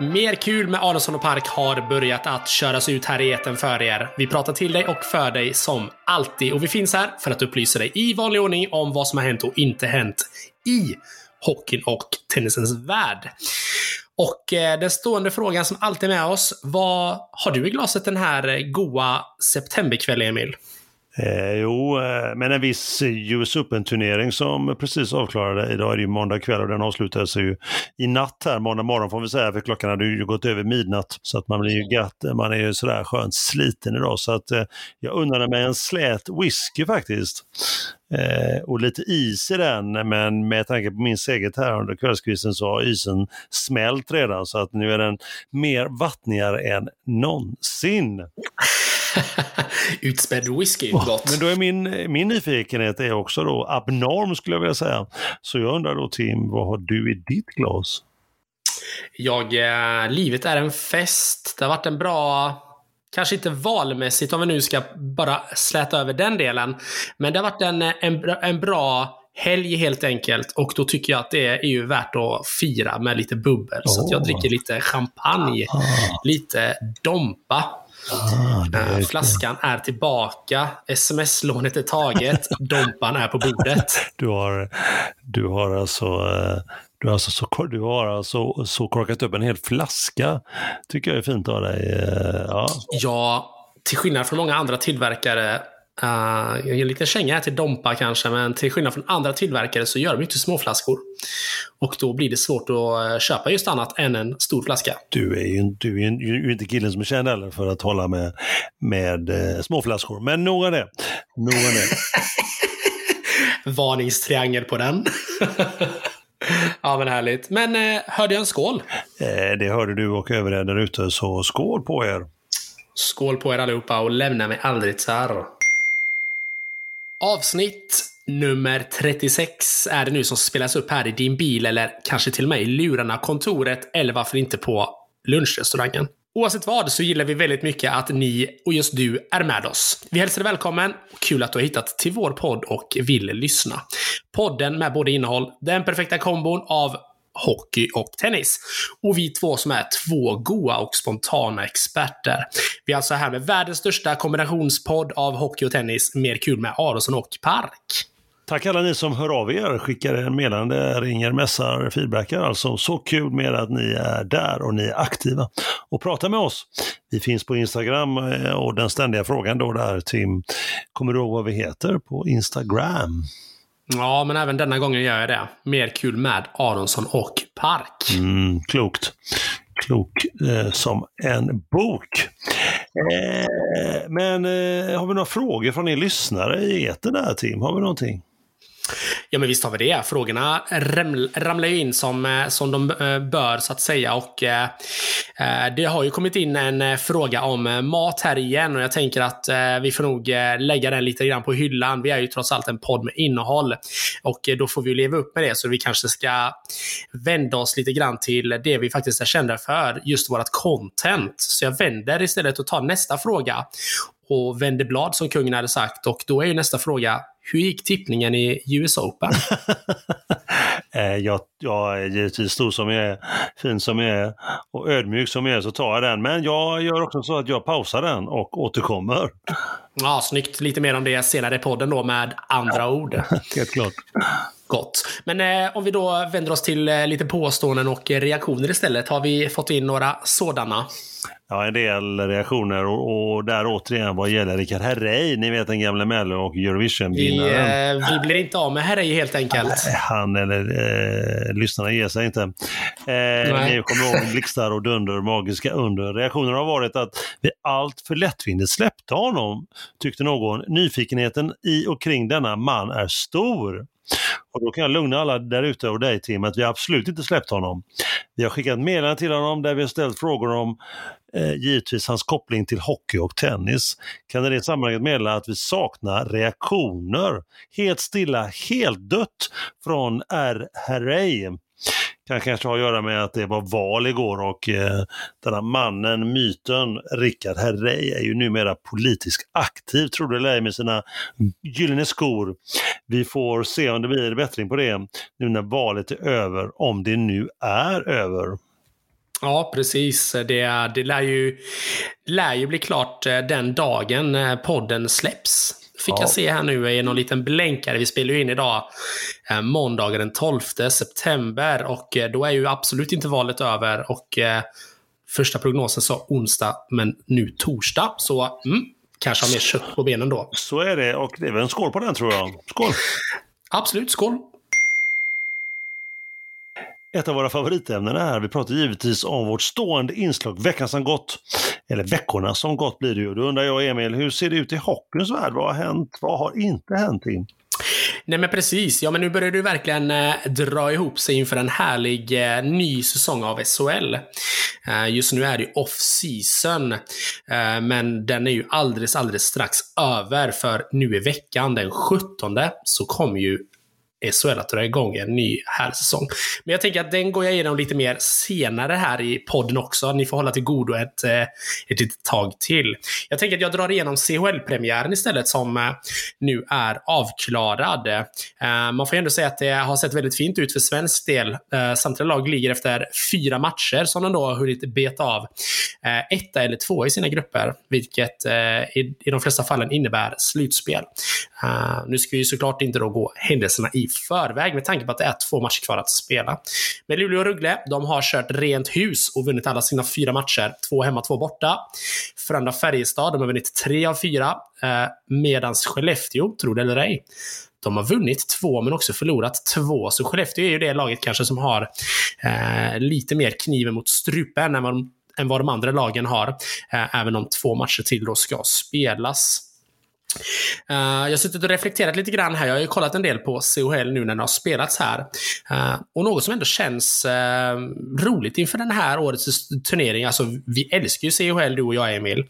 Mer kul med Aronsson och Park har börjat att köras ut här i etern för er. Vi pratar till dig och för dig som alltid. Och vi finns här för att upplysa dig i vanlig ordning om vad som har hänt och inte hänt i hockeyn och tennisens värld. Och den stående frågan som alltid är med oss: vad har du i glaset den här goa septemberkvällen, Emil? Men en viss US Open-turnering som precis avklarade. Idag är det ju måndag kväll och den avslutade sig ju i natt här, måndag morgon får vi säga, för klockan hade ju gått över midnatt. Så att man blir ju man är ju sådär skönt sliten idag. Så att jag unnade mig en slät whisky faktiskt. Och lite is i den, men med tanke på min seger här under kvällskvisten så har isen smält redan, så att nu är den mer vattnigare än någonsin. Utspädd whisky, gott. Men då är min nyfikenhet är också då abnorm, skulle jag vilja säga. Så jag undrar då, Tim, vad har du i ditt glas? Livet är en fest. Det har varit en bra, kanske inte valmässigt om vi nu ska bara släta över den delen, men det har varit en bra helg helt enkelt, och då tycker jag att det är ju värt att fira med lite bubbel. Så att jag dricker lite champagne, lite dompa. Flaskan är tillbaka, sms-lånet är taget, dompan är på bordet. Du har alltså så korkat upp en hel flaska. Tycker jag är fint av dig. Ja, till skillnad från många andra tillverkare, en liten känga här till dompa kanske, men till skillnad från andra tillverkare så gör de inte småflaskor. Och då blir det svårt att köpa just annat än en stor flaska. Du är ju inte killen som är känd heller för att hålla med småflaskor. Men nog är det. Varningstriangel på den. Ja, men härligt. Men hörde jag en skål? Det hörde du och övriga där ute, så skål på er. Skål på er allihopa och lämna mig aldrig tsar. Avsnitt nummer 36 är det nu som spelas upp här i din bil, eller kanske till och med i lurarna, kontoret, eller varför inte på lunchrestaurangen. Oavsett vad så gillar vi väldigt mycket att ni och just du är med oss. Vi hälsar dig välkommen och kul att du har hittat till vår podd och vill lyssna. Podden med både innehåll, den perfekta kombon av hockey och tennis. Och vi två som är två goa och spontana experter. Vi är alltså här med världens största kombinationspodd av hockey och tennis. Mer kul med Aronsson och Park. Tack alla ni som hör av er, skickar en meddelande, ringer, messar, feedbackar. Alltså så kul med att ni är där och ni är aktiva och pratar med oss. Vi finns på Instagram och den ständiga frågan då där, Tim, kommer du ihåg vad vi heter på Instagram? Ja, men även denna gången gör jag det. Mer kul med Aronsson och Park. Klokt. Klok som en bok. Men har vi några frågor från er lyssnare i etern där, Tim? Har vi någonting? Ja, men visst har vi det. Frågorna ramlar ju in som de bör, så att säga. Och det har ju kommit in en fråga om mat här igen. Och jag tänker att vi får nog lägga den lite grann på hyllan. Vi är ju trots allt en podd med innehåll. Och då får vi leva upp med det. Så vi kanske ska vända oss lite grann till det vi faktiskt är kända för. Just vårt content. Så jag vänder istället och tar nästa fråga. Och vänder blad som kungen hade sagt. Och då är ju nästa fråga: hur gick tippningen i US Open? Jag är givetvis stor som jag är, fin som jag är och ödmjuk som jag är, så tar jag den. Men jag gör också så att jag pausar den och återkommer. Ja, snyggt. Lite mer om det senare i podden då med andra ord. Helt klart. Gott. Men om vi då vänder oss till lite påståenden och reaktioner istället. Har vi fått in några sådana? Ja, en del reaktioner och där återigen vad gäller Rickard Herrey, ni vet den gamla Mello och Eurovision-vinnaren. Vi blir inte av med Herrey helt enkelt. Han eller lyssnarna ger sig inte. Ni kommer ihåg blixtar och dunder, magiska under. Reaktionen har varit att vi allt för lättvindigt släppte honom, tyckte någon. Nyfikenheten i och kring denna man är stor. Och då kan jag lugna alla där ute och dig, Tim, att vi absolut inte släppt honom. Vi har skickat meddelanden till honom där vi har ställt frågor om givetvis hans koppling till hockey och tennis. Kan i det sammanhanget meddela att vi saknar reaktioner. Helt stilla, helt dött från R. Herrey. Kan kanske ha att göra med att det var val igår och den här mannen, myten, Rickard Herrey är ju numera politiskt aktiv, tror du eller ej, med sina gyllene skor. Vi får se om det blir bättring på det nu när valet är över, om det nu är över. Ja, precis. Det lär ju bli klart den dagen podden släpps. Fick jag se här nu i någon liten blänkare. Vi spelar ju in idag måndagen den 12 september och då är ju absolut inte valet över och första prognosen sa onsdag men nu torsdag. Så kanske har mer kött på benen då. Så är det, och det är väl en skål på den, tror jag. Skål! Absolut, skål! Ett av våra favoritämnen är, vi pratar givetvis om vårt stående inslag veckan som gått, eller veckorna som gått blir det ju. Då undrar jag, Emil, hur ser det ut i hockeyns värld? Vad har hänt? Vad har inte hänt in? Nej men precis, ja men nu börjar du verkligen dra ihop sig inför en härlig ny säsong av SHL. Just nu är det ju off-season, men den är ju alldeles strax över, för nu i veckan den 17 så kommer ju SHL att dra igång en ny här säsong. Men jag tänker att den går jag igenom lite mer senare här i podden också. Ni får hålla till godo ett litet tag till. Jag tänker att jag drar igenom CHL-premiären istället, som nu är avklarad. Man får ändå säga att det har sett väldigt fint ut för svensk del. Samtliga lag ligger efter 4 matcher som de då har hunnit beta av 1 eller 2 i sina grupper, vilket i de flesta fallen innebär slutspel. Nu ska vi såklart inte då gå händelserna i förväg med tanke på att det är 2 matcher kvar att spela. Men Luleå och Rögle, de har kört rent hus och vunnit alla sina 4 matcher. 2 hemma, 2 borta. Frölunda-Färjestad, de har vunnit 3 av 4. Medans Skellefteå, tror det eller ej, de har vunnit 2 men också förlorat 2. Så Skellefteå är ju det laget kanske som har lite mer kniven mot strupen än vad de andra lagen har. Även om 2 matcher till då ska spelas. Jag har suttit och reflekterat lite grann här. Jag har ju kollat en del på CHL nu när den har spelats här. Och något som ändå känns roligt inför den här årets turnering. Alltså, vi älskar ju CHL, du och jag, Emil.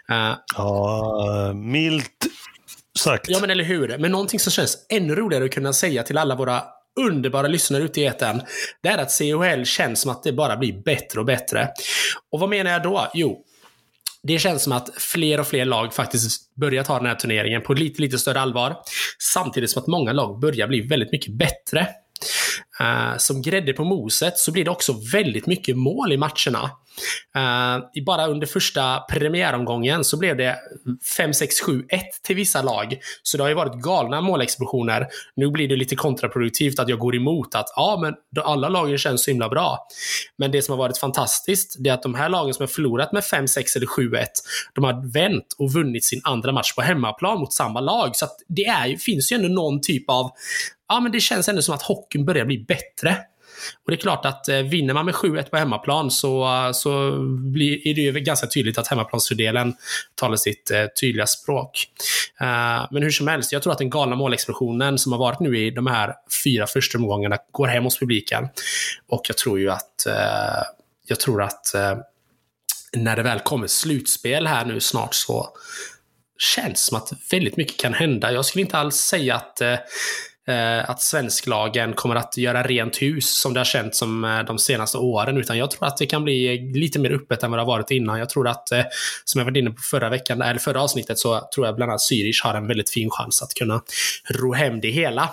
Ja, milt sagt. Ja, men eller hur? Men någonting som känns ännu roligare att kunna säga till alla våra underbara lyssnare ute i etern, det är att CHL känns som att det bara blir bättre och bättre. Och vad menar jag då? Jo, det känns som att fler och fler lag faktiskt börjar ta den här turneringen på lite större allvar. Samtidigt som att många lag börjar bli väldigt mycket bättre. Som grädde på moset så blir det också väldigt mycket mål i matcherna. Bara under första premiäromgången så blev det 5-6-7-1 till vissa lag. Så det har ju varit galna målexplosioner. Nu blir det lite kontraproduktivt att jag går emot att men alla lagen känns så himla bra. Men det som har varit fantastiskt, det är att de här lagen som har förlorat med 5-6 eller 7-1, de har vänt och vunnit sin andra match på hemmaplan mot samma lag. Så att finns ju ändå någon typ av men det känns ändå som att hockeyn börjar bli bättre. Och det är klart att vinner man med 7-1 på hemmaplan så är det ju ganska tydligt att hemmaplansfördelen talar sitt tydliga språk. Men hur som helst, jag tror att den galna målexplosionen som har varit nu i de här 4 första omgångarna går hem hos publiken. Och jag tror att när det väl kommer slutspel här nu snart så känns som att väldigt mycket kan hända. Jag skulle inte alls säga att svensklagen kommer att göra rent hus som det har känts som de senaste åren, utan jag tror att det kan bli lite mer öppet än vad det har varit innan. Jag tror att, som jag var inne på förra avsnittet, så tror jag bland annat Zürich har en väldigt fin chans att kunna ro hem det hela.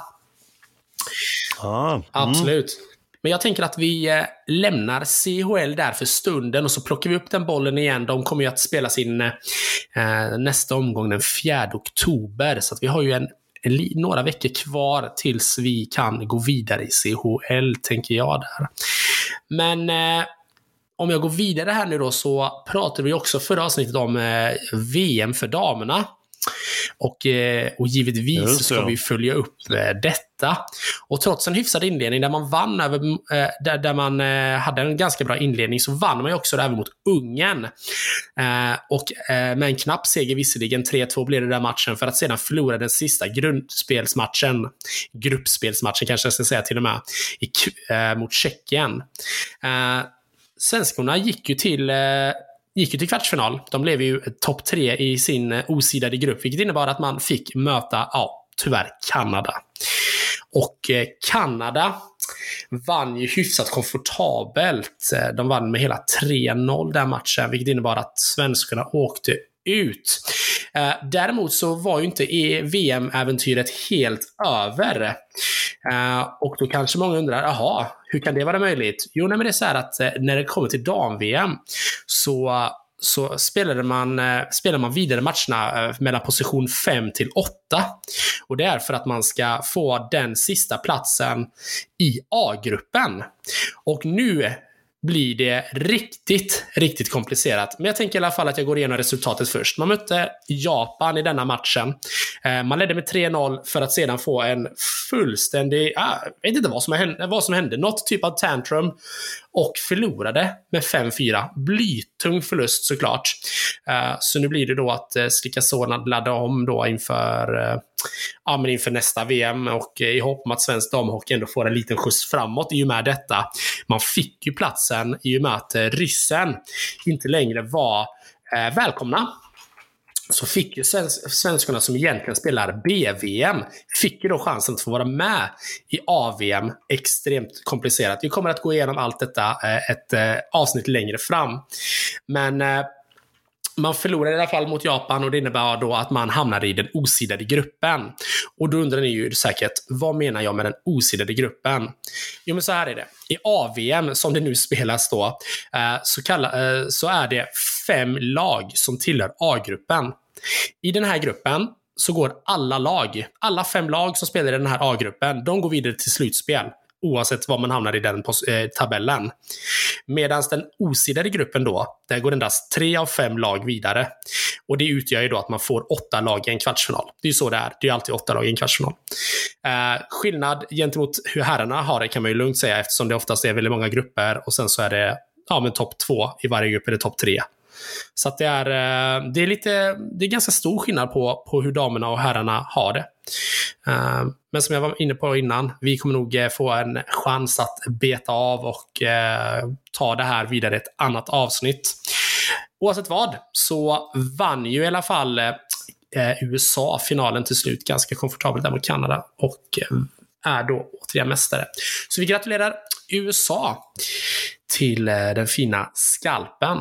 Absolut. Men jag tänker att vi lämnar CHL där för stunden och så plockar vi upp den bollen igen. De kommer ju att spela sin nästa omgång den 4 oktober, så att vi har ju några veckor kvar tills vi kan gå vidare i CHL, tänker jag där. Men om jag går vidare här nu då, så pratar vi också förra avsnittet om VM för damerna. Och givetvis ska vi följa upp detta. Och trots en hyfsad inledning där man vann där man hade en ganska bra inledning, så vann man ju också även mot Ungern. Och med en knapp seger visserligen, 3-2 blev det där matchen, för att sedan förlora den sista gruppspelsmatchen kanske jag ska säga till och med, mot Tjeckien. Svenskorna gick ju till kvartsfinal. De blev ju topp 3 i sin osidade grupp, vilket innebar att man fick möta, tyvärr, Kanada. Och Kanada vann ju hyfsat komfortabelt. De vann med hela 3-0 den matchen, vilket innebar att svenskarna åkte ut. Däremot så var ju inte VM-äventyret helt över. Och då kanske många undrar, jaha, hur kan det vara möjligt? Jo, men det är så här att när det kommer till dam-VM så spelar man vidare matcherna mellan position 5 till 8. Och det är för att man ska få den sista platsen i A-gruppen. Och nu blir det riktigt komplicerat. Men jag tänker i alla fall att jag går igenom resultatet först. Man mötte Japan i denna matchen. Man ledde med 3-0 för att sedan få en fullständig... jag vet inte vad som hände. Något typ av tantrum. Och förlorade med 5-4. Blytung förlust såklart. Så nu blir det då att slicka sådana ladda om då inför nästa VM. Och i hopp om att svensk damhockey ändå får en liten skjuts framåt i och med detta. Man fick ju platsen i och med att ryssen inte längre var välkomna. Så fick ju svenskarna som egentligen spelar BVM fick ju då chansen att få vara med i AVM. Extremt komplicerat. Vi kommer att gå igenom allt detta ett avsnitt längre fram. Men man förlorade i alla fall mot Japan och det innebär då att man hamnade i den osidade gruppen. Och då undrar ni ju säkert, vad menar jag med den osidade gruppen? Jo, men så här är det. I AVM som det nu spelas då så är det 5 lag som tillhör A-gruppen. I den här gruppen så går alla 5 lag som spelar i den här A-gruppen, de går vidare till slutspel. Oavsett var man hamnar i den tabellen. Medan den osidade gruppen då, där går endast 3 av 5 lag vidare. Och det utgör ju då att man får 8 lag i en kvartsfinal. Det är ju så det är. Det är alltid 8 lag i en kvartsfinal. Skillnad gentemot hur herrarna har det kan man ju lugnt säga, eftersom det oftast är väldigt många grupper. Och sen så är det topp 2 i varje grupp, eller topp 3. Så att det är ganska stor skillnad på hur damerna och herrarna har det. Men som jag var inne på innan, vi kommer nog få en chans att beta av och ta det här vidare ett annat avsnitt. Oavsett vad så vann ju i alla fall USA finalen till slut ganska komfortabelt där mot Kanada och är då återigen mästare. Så vi gratulerar USA till den fina skalpen.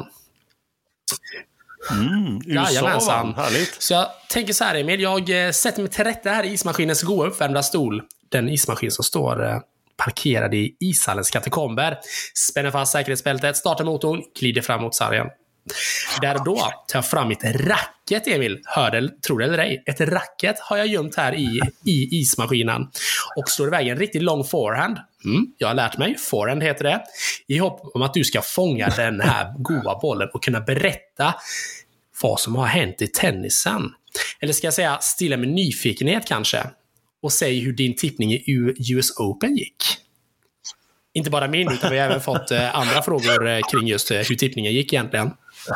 USA, härligt. Så jag tänker så här, Emil, jag sätter mig till rätta här i ismaskinens goa uppvärmda stol. Den ismaskin som står parkerad i ishallens katakomber. Spänner fast säkerhetsbältet, startar motorn, glider fram mot sargen. Där då tar jag fram mitt racket, Emil. Tror det eller ej. Ett racket har jag gömt här i ismaskinen. Och slår iväg en riktigt lång forehand. Jag har lärt mig. Forehand heter det. I hopp om att du ska fånga den här goda bollen och kunna berätta vad som har hänt i tennisen. Eller ska jag säga stilla med nyfikenhet kanske. Och säg hur din tippning i US Open gick. Inte bara min, utan vi har även fått andra frågor kring just hur tippningen gick egentligen.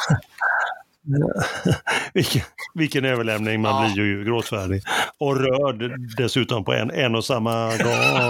Vilken överlämning, man blir ju gråtfärdig. Och rörd dessutom på en och samma gång.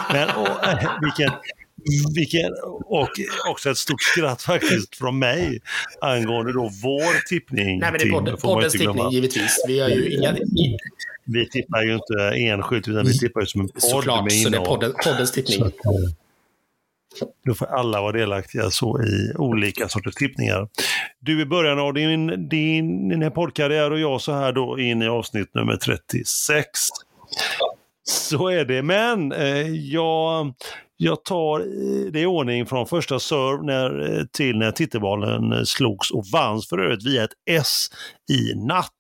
Och också ett stort skratt faktiskt från mig angående då vår tippning. Nej, men det är poddens tippning givetvis. Vi har ju inga... Vi tippar ju inte enskilt, utan vi tippar ju som en podd. Såklart, så det är poddens tippning. Då får alla vara delaktiga så i olika sorters tippningar. Du i början av din här poddkarriär och jag så här då in i avsnitt nummer 36. Så är det, men jag tar det i ordning från första serve till när titelbollen slogs och vanns för övrigt via ett S i natt.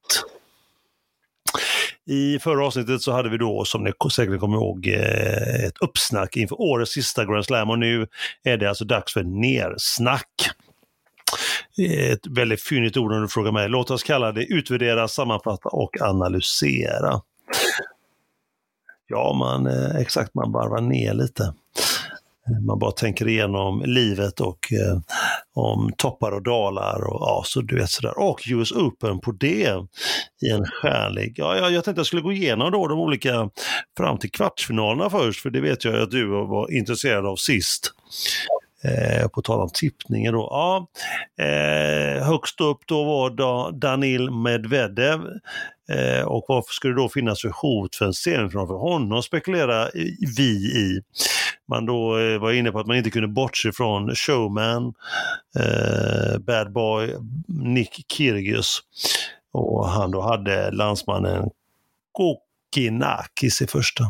I förra avsnittet så hade vi då, som ni säkert kommer ihåg, ett uppsnack inför årets sista Grand Slam, och nu är det alltså dags för nersnack. Ett väldigt fyndigt ord om du frågar mig. Låt oss kalla det utvärdera, sammanfatta och analysera. Ja, man varvar ner lite. Man bara tänker igenom livet och om toppar och dalar och så du vet sådär. Och US Open på det i en skärlig. Jag tänkte jag skulle gå igenom då de olika fram till kvartsfinalerna först, för det vet jag att du var intresserad av sist. På tal om tippningen då. Högst upp då var Daniil Medvedev. Och vad skulle det då finnas för hot för en semifinal för honom, spekulerar vi i. Man då var inne på att man inte kunde bortse från showman, bad boy Nick Kyrgios, och han då hade landsmannen Kokkinakis i första.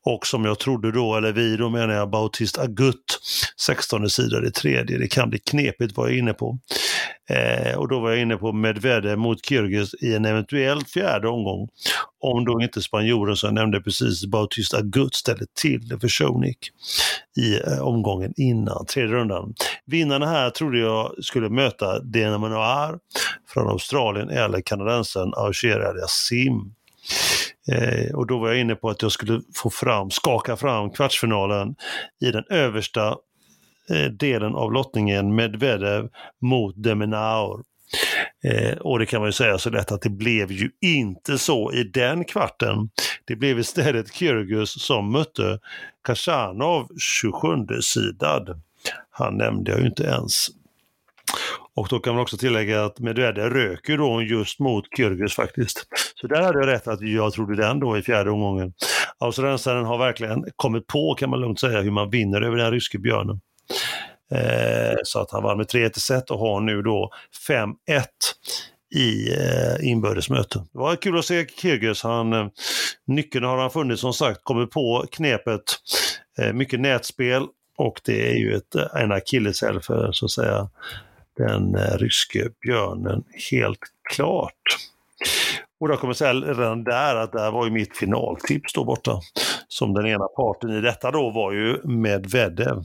Och som jag trodde då, eller vi då menar jag Bautista Agut, 16 sida i tredje. Det kan bli knepigt var jag inne på. Och då var jag inne på Medvedev mot Kyrgios i en eventuell fjärde omgång. Om då inte spanjoren som jag nämnde precis, Bautista Agut ställde till det för Shonik i omgången innan tredje rundan. Vinnarna här trodde jag skulle möta Dana Manoir från Australien eller kanadensaren Auger Aliassime. Och då var jag inne på att jag skulle skaka fram kvartsfinalen i den översta delen av lottningen Medvedev mot de Minaur. Och det kan man ju säga så lätt att det blev ju inte så i den kvarten. Det blev istället Kyrgios som mötte Khachanov 27-sidad. Han nämnde jag ju inte ens. Och då kan man också tillägga att Medvedev röker då just mot Kyrgios faktiskt. Så där hade jag rätt att jag trodde den då i fjärde omgången. Australiensaren har verkligen kommit på, kan man lugnt säga, hur man vinner över den ryske björnen. Så att han vann med 3-1 set och har nu då 5-1 i inbördesmöte. Det var kul att se Kyrgios. Nyckeln har han funnit, som sagt, kommit på knepet. Mycket nätspel, och det är ju en akilleshäl för, så att säga, den ryske björnen, helt klart. Och då kommer jag säga redan där att det här var ju mitt finaltips då borta. Som den ena parten i detta då var ju Medvedev.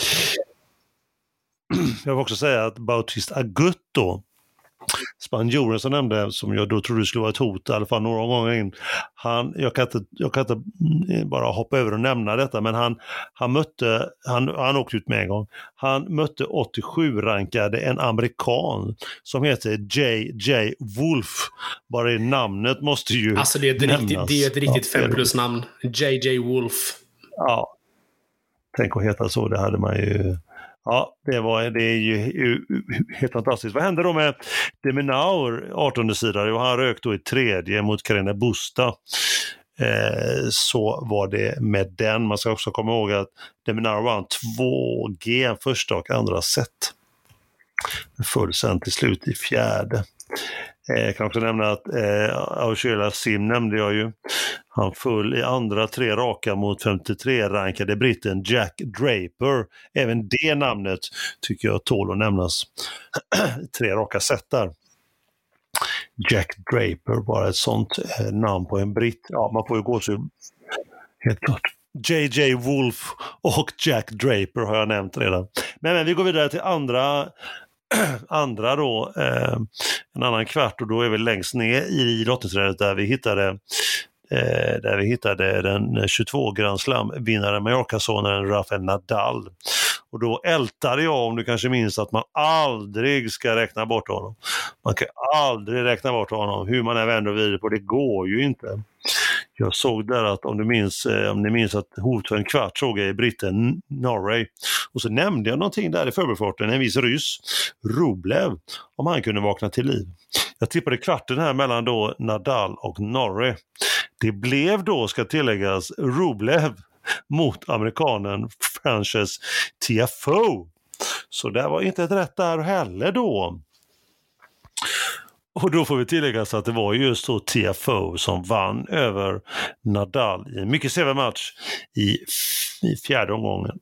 Jag vill också säga att Bautista Agut då, spanjoren som nämnde, som jag då trodde skulle vara ett hot i alla fall några gånger in. Jag kan inte bara hoppa över och nämna detta, men han åkte ut med en gång. Han mötte 87-rankade en amerikan som heter J.J. Wolf. Bara i namnet måste ju alltså det är ett riktigt 5+-namn. J.J. Wolf. Ja, tänk att heta så, det hade man ju. Ja, det är ju helt fantastiskt. Vad hände då med de Minaur, 18 sidor? Han rök då i tredje mot Carreño Busta. Så var det med den. Man ska också komma ihåg att de Minaur vann 2G första och andra set. Föll sen till slut i fjärde. Jag kan också nämna att Auger Aliassime nämnde jag ju. Han föll i andra 3 raka mot 53-rankade britten Jack Draper. Även det namnet tycker jag tål att nämnas. 3 raka set där. Jack Draper, bara ett sånt namn på en britt. Ja, man får ju gå så helt klart. J.J. Wolf och Jack Draper har jag nämnt redan. Men vi går vidare till andra då, en annan kvart, och då är vi längst ner i lottningsträdet där vi hittade den 22 Grand Slam-vinnaren Mallorca-sonen Rafael Nadal. Och då ältade jag, om du kanske minns, att man aldrig ska räkna bort honom. Man kan aldrig räkna bort honom, hur man är vänder och vidare på, det går ju inte. Jag såg där att, om ni minns att hot för en kvart såg jag i britten Norway. Och så nämnde jag någonting där i förbifarten, en viss ryss, Rublev, om han kunde vakna till liv. Jag tippade kvarten här mellan då Nadal och Norway. Det blev då, ska tilläggas, Rublev mot amerikanen Frances Tiafoe. Så det var inte ett rätt där heller då. Och då får vi tillägga så att det var just så Tiafoe som vann över Nadal i en mycket sevärd match i fjärde omgången.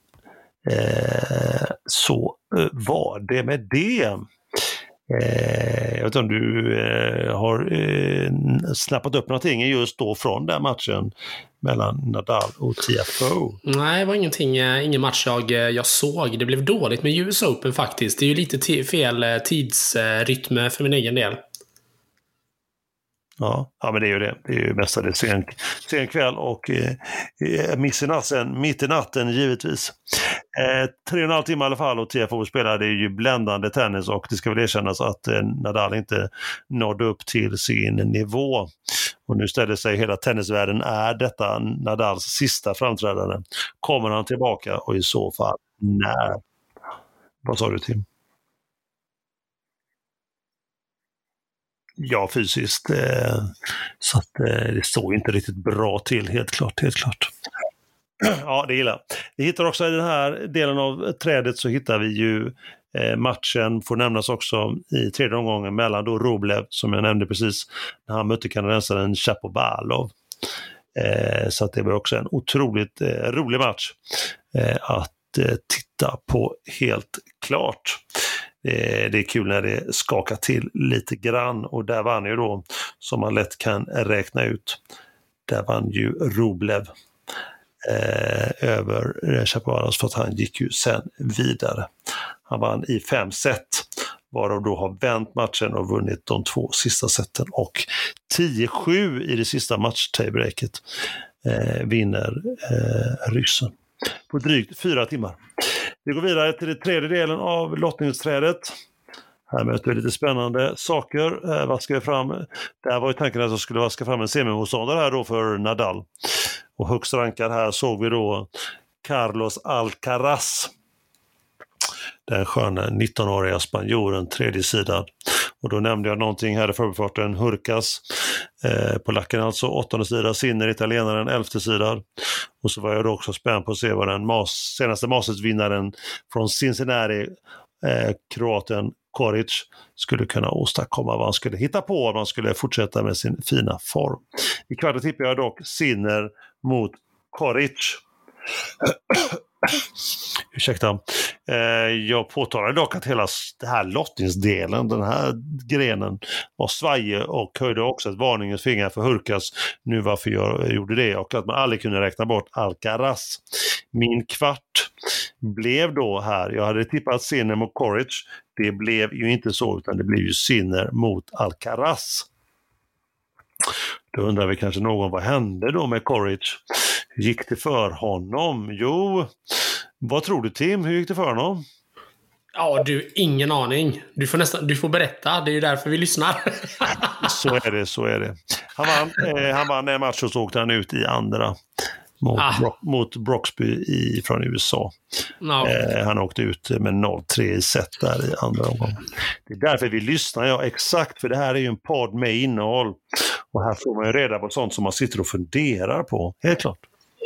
Så var det med det. Jag vet inte om du har snappat upp någonting just då från den matchen mellan Nadal och Tiafoe. Nej, det var ingen match jag såg. Det blev dåligt med US Open faktiskt. Det är ju lite fel tidsrytm för min egen del. Ja, men det är ju det. Det är ju mestadels sen kväll och mitt i natten givetvis. 3,5 timmar i alla fall, och Tiafoe spelade ju bländande tennis, och det ska väl erkännas att Nadal inte nådde upp till sin nivå. Och nu ställer sig hela tennisvärlden, är detta Nadals sista framträdande? Kommer han tillbaka, och i så fall när? Vad sa du, Tim? Ja, fysiskt. Så att det står inte riktigt bra till, helt klart. Ja, det gillar. Vi hittar också i den här delen av trädet, så hittar vi ju matchen, får nämnas också, i tredje omgången mellan då Rublev, som jag nämnde precis, när han mötte kanadensaren Shapovalov. Så att det var också en otroligt rolig match att titta på, helt klart. Det är kul när det skakar till lite grann, och där vann ju då, som man lätt kan räkna ut, där vann ju Rublev över Chapovalov, för att han gick ju sen vidare. Han vann i 5 set, varav då har vänt matchen och vunnit de 2 sista seten, och 10-7 i det sista match-tiebreaket vinner ryssen på drygt 4 timmar. Vi går vidare till den tredje delen av lottningsträdet. Här möter vi lite spännande saker. Vaskar vi fram. Där var ju tanken att jag skulle vaska fram en semimotståndare här då för Nadal. Och högst rankad här såg vi då Carlos Alcaraz. Den sköna 19-åriga spanjoren, tredje sidan. Och då nämnde jag någonting här i förbifarten, Hurkas på lacken, alltså 8:e sida, Sinner, italienaren, 11:e sidan. Och så var jag då också spänd på att se vad den senaste Masters-vinnaren från Cincinnati, kroaten Koric, skulle kunna åstadkomma, vad han skulle hitta på, om han skulle fortsätta med sin fina form. I kvarten tippar jag dock Sinner mot Koric. Ursäkta. Jag påtalade dock att hela det här lottningsdelen, den här grenen, var svajig, och höjde också ett varningens finger för Hurkas nu varför jag gjorde det, och att man aldrig kunde räkna bort Alcaraz. Min kvart blev då här, jag hade tippat Sinner mot Koric, det blev ju inte så, utan det blev ju Sinner mot Alcaraz. Då undrar vi kanske någon, vad hände då med Koric? Hur gick det för honom? Jo, vad tror du, Tim? Hur gick det för honom? Ja, ingen aning. Du får berätta, det är ju därför vi lyssnar. Så är det. Han vann en match och så åkte han ut i andra mot Broxby från USA. No. Han åkte ut med 0-3 i set där i andra omgången. Det är därför vi lyssnar, exakt, för det här är ju en podd med innehåll. Och här får man ju reda på sånt som man sitter och funderar på, helt klart.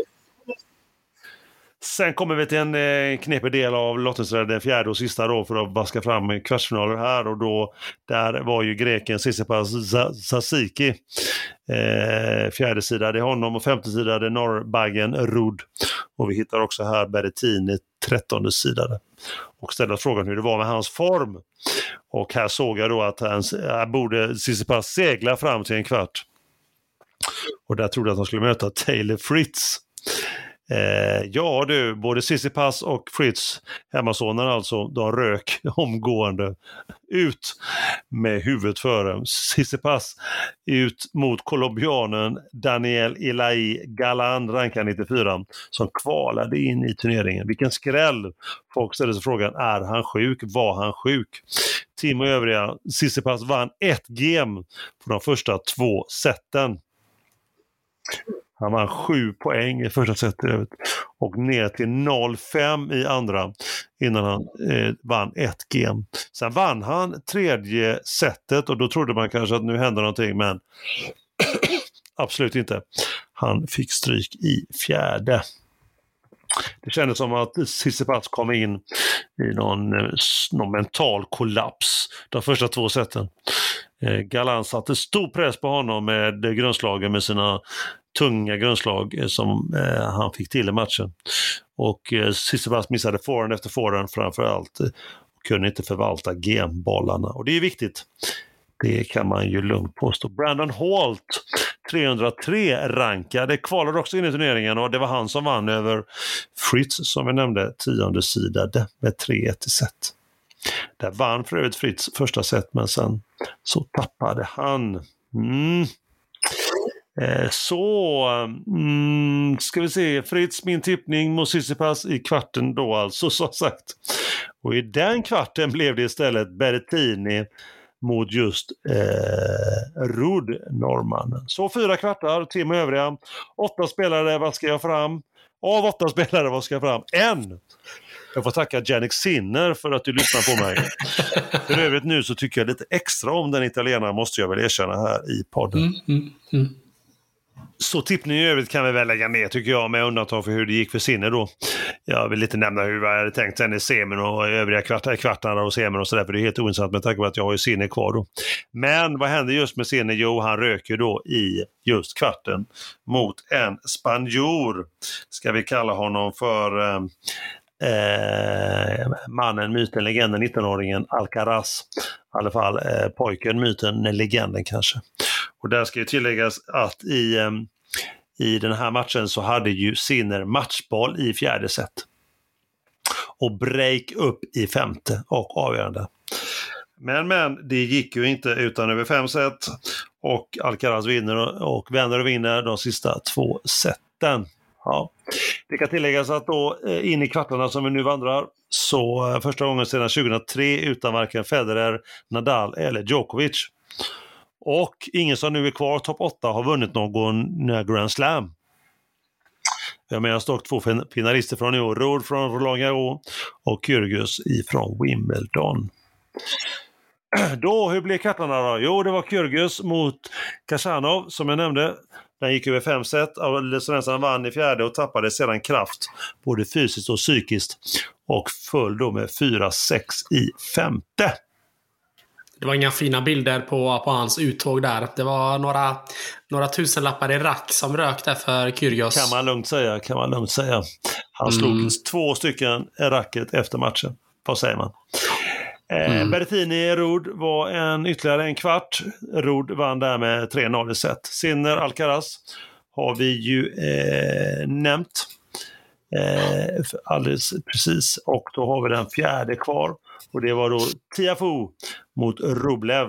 Sen kommer vi till en knepig del av lottningsträdet, den fjärde och sista då, för att vaska fram kvartsfinaler här, och då där var ju greken Tsitsipas Sasiki, fjärde sida det är honom, och 5:e sida det är norrbaggen Ruud, och vi hittar också här Berrettini 13:e sida, och ställer frågan hur det var med hans form, och här såg jag då att han borde Tsitsipas segla fram till en kvart, och där trodde jag att han skulle möta Taylor Fritz. Ja du, både Tsitsipas och Fritz, hemmasonen alltså, de rök omgående ut med huvudet före. Tsitsipas ut mot colombianen Daniel Elai Galan, rankad 94, som kvalade in i turneringen. Vilken skräll! Folk ställer sig frågan, är han sjuk? Var han sjuk? Team och övriga, Tsitsipas vann 1 game på de första 2 seten. Han vann 7 poäng i första setet och ner till 0-5 i andra innan han vann 1 game. Sen vann han 3:e setet, och då trodde man kanske att nu händer någonting, men absolut inte. Han fick stryk i 4:e. Det kändes som att Tsitsipas kom in i någon mental kollaps de första 2 seten. Galan satte stor press på honom med grundslagen, med sina tunga grundslag som han fick till i matchen. Och Tsitsipas missade forehand efter forehand framförallt, och kunde inte förvalta genbollarna. Och det är viktigt. Det kan man ju lugnt påstå. Brandon Holt, 303 rankade, kvalade också in i turneringen, och det var han som vann över Fritz, som vi nämnde, 10:e sidade med 3-1 i set. Där vann för övrigt Fritz första set, men sen så tappade han. Ska vi se, Fritz, min tippning mot Tsitsipas i kvarten då alltså, så sagt. Och i den kvarten blev det istället Berrettini mot just Ruud, norrmannen. Så 4 kvartar, Tim och övriga. 8 spelare, vad ska jag fram? Av 8 spelare, vad ska jag fram? 1! Jag får tacka Jannik Sinner för att du lyssnar på mig. För övrigt nu så tycker jag lite extra om den italienaren, måste jag väl erkänna här i podden. Så tippningen i övrigt kan vi väl lägga ner tycker jag, med undantag för hur det gick för Sinner då. Jag vill inte nämna hur jag hade tänkt sen i semin och övriga kvartarna och semin och sådär, för det är helt ointressant med tanke på att jag har ju Sinner kvar då. Men vad händer just med Sinner? Jo, han röker då i just kvarten mot en spanjor. Ska vi kalla honom för mannen, myten, legenden, 19-åringen Alcaraz. I alla fall pojken, myten, legenden kanske. Och där ska ju tilläggas att i den här matchen så hade ju Sinner matchboll i fjärde set. Och break upp i femte och avgörande. Men det gick ju inte utan över 5 set. Och Alcaraz vinner och vänder och vinner de sista 2 seten. Ja. Det kan tilläggas att då in i kvartarna som vi nu vandrar, så första gången sedan 2003 utan varken Federer, Nadal eller Djokovic. Och ingen som nu är kvar topp 8 har vunnit någon Grand Slam. Jag menar dock 2 finalister från i år, Ruud från Roland Garros och Kyrgios ifrån Wimbledon. Då, hur blev kvartarna då? Jo, det var Kyrgios mot Khachanov som jag nämnde. Den gick över 5 set. Han vann i fjärde och tappade sedan kraft, både fysiskt och psykiskt. Och föll då med 4-6 i femte. Det var inga fina bilder på hans uttåg där. Det var några tusenlappar i rack som rökte för Kyrgios. Kan man lugnt säga. Han slog 2 stycken i racket efter matchen. Vad säger man? Berrettini Ruud var ytterligare en kvart. Ruud vann där med 3-0 i set. Sinner Alcaraz har vi ju nämnt alldeles precis. Och då har vi den fjärde kvar. Och det var då Tiafoe mot Rublev.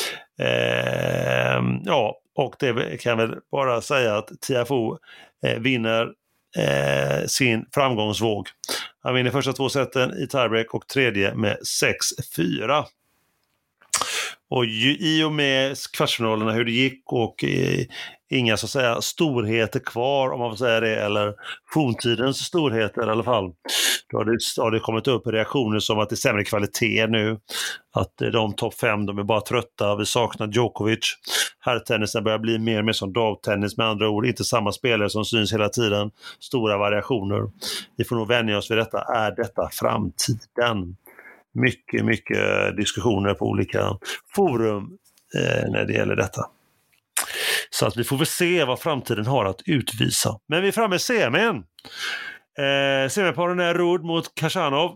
Ja, och det kan väl bara säga att Tiafoe vinner sin framgångsvåg. Han vinner första 2 seten i tiebreak och tredje med 6-4. Och i och med kvartsfinalerna hur det gick och inga så att säga storheter kvar, om man får säga det, eller forntidens storheter i alla fall. Då har det kommit upp reaktioner som att det är sämre kvalitet nu. Att de topp 5, de är bara trötta. Vi saknar Djokovic. Herrtennisen börjar bli mer och mer som dagtennis, med andra ord. Inte samma spelare som syns hela tiden. Stora variationer. Vi får nog vänja oss vid detta. Är detta framtiden? Mycket diskussioner på olika forum när det gäller detta. Så att vi får väl se vad framtiden har att utvisa. Men vi är framme i semin. Semiparen är Ruud mot Khachanov.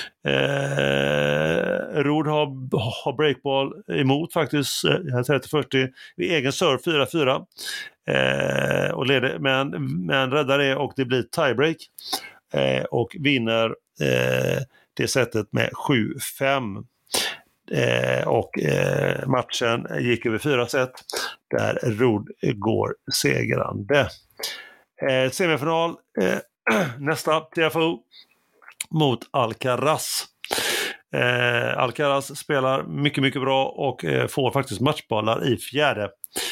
Ruud har breakball emot faktiskt 30-40 vid egen serve 4-4 och leder, men räddar det och det blir tiebreak och vinner det sättet med 7-5. Och matchen gick över 4 set där Ruud går segrande. Semifinal nästa, Tiafoe mot Alcaraz. Alcaraz spelar mycket bra och får faktiskt matchbollar i fjärde.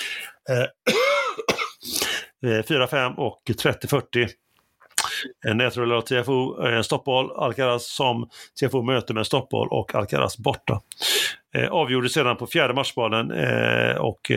4-5 och 30-40. Nedrullad av Tiafoe, en stoppboll, Alcaraz som Tiafoe möter med en stoppboll och Alcaraz borta. Avgjorde sedan på fjärde matchbollen och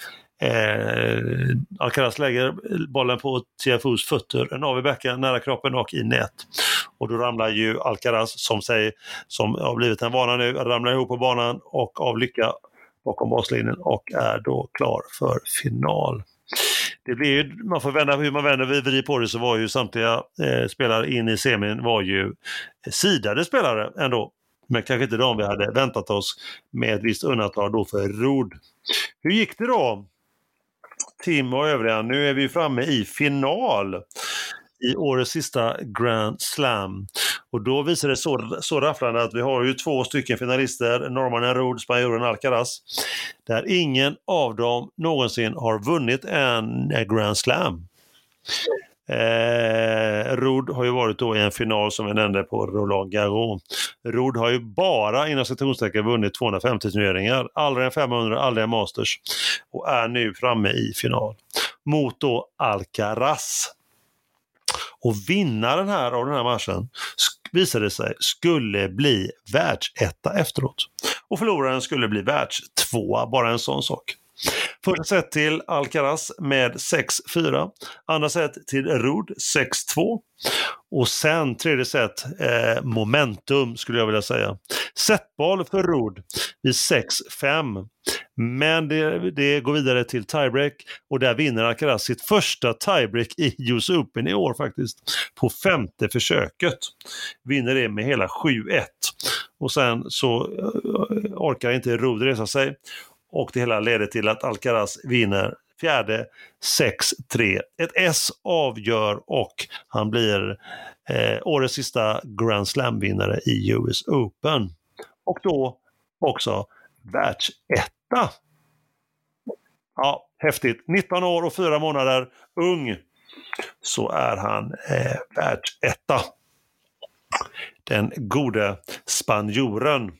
Alcaraz lägger bollen på Tiafoes fötter, en av i bäcken, nära kroppen och i nät. Och då ramlar ju Alcaraz, som har blivit en vana nu, ramlar ihop på banan och av lycka bakom baslinjen och är då klar för final. Det blir ju, man får vända hur man vänder vid på det, så var ju samtliga spelare in i semin var ju sidade spelare ändå. Men kanske inte de vi hade väntat oss, med ett visst undantag då för Ruud. Hur gick det då? Tim och övriga, nu är vi framme i final i årets sista Grand Slam. Och då visar det så rafflande att vi har ju 2 stycken finalister, norrmannen Ruud, spanjoren Alcaraz, där ingen av dem någonsin har vunnit en Grand Slam. Ruud har ju varit då i en final som vi nämnde på Roland Garros. Ruud har ju bara inom citationstecken vunnit 250 turneringar, aldrig en 500, aldrig en Masters, och är nu framme i final mot då Alcaraz. Och vinnaren av den här matchen visade sig skulle bli världsetta efteråt. Och förloraren skulle bli världstvåa, bara en sån sak. Första set till Alcaraz med 6-4. Andra set till Ruud 6-2. Och sen tredje set, momentum skulle jag vilja säga. Setboll för Ruud vid 6-5. Men det går vidare till tiebreak och där vinner Alcaraz sitt första tiebreak i US Open i år faktiskt. På 5:e försöket. Vinner det med hela 7-1. Och sen så orkar inte Ruud resa sig. Och det hela leder till att Alcaraz vinner fjärde 6-3. Ett S avgör och han blir årets sista Grand Slam-vinnare i US Open. Och då också världsetta. Ja, häftigt. 19 år och 4 månader, ung, så är han världsetta. Den gode spanjoren.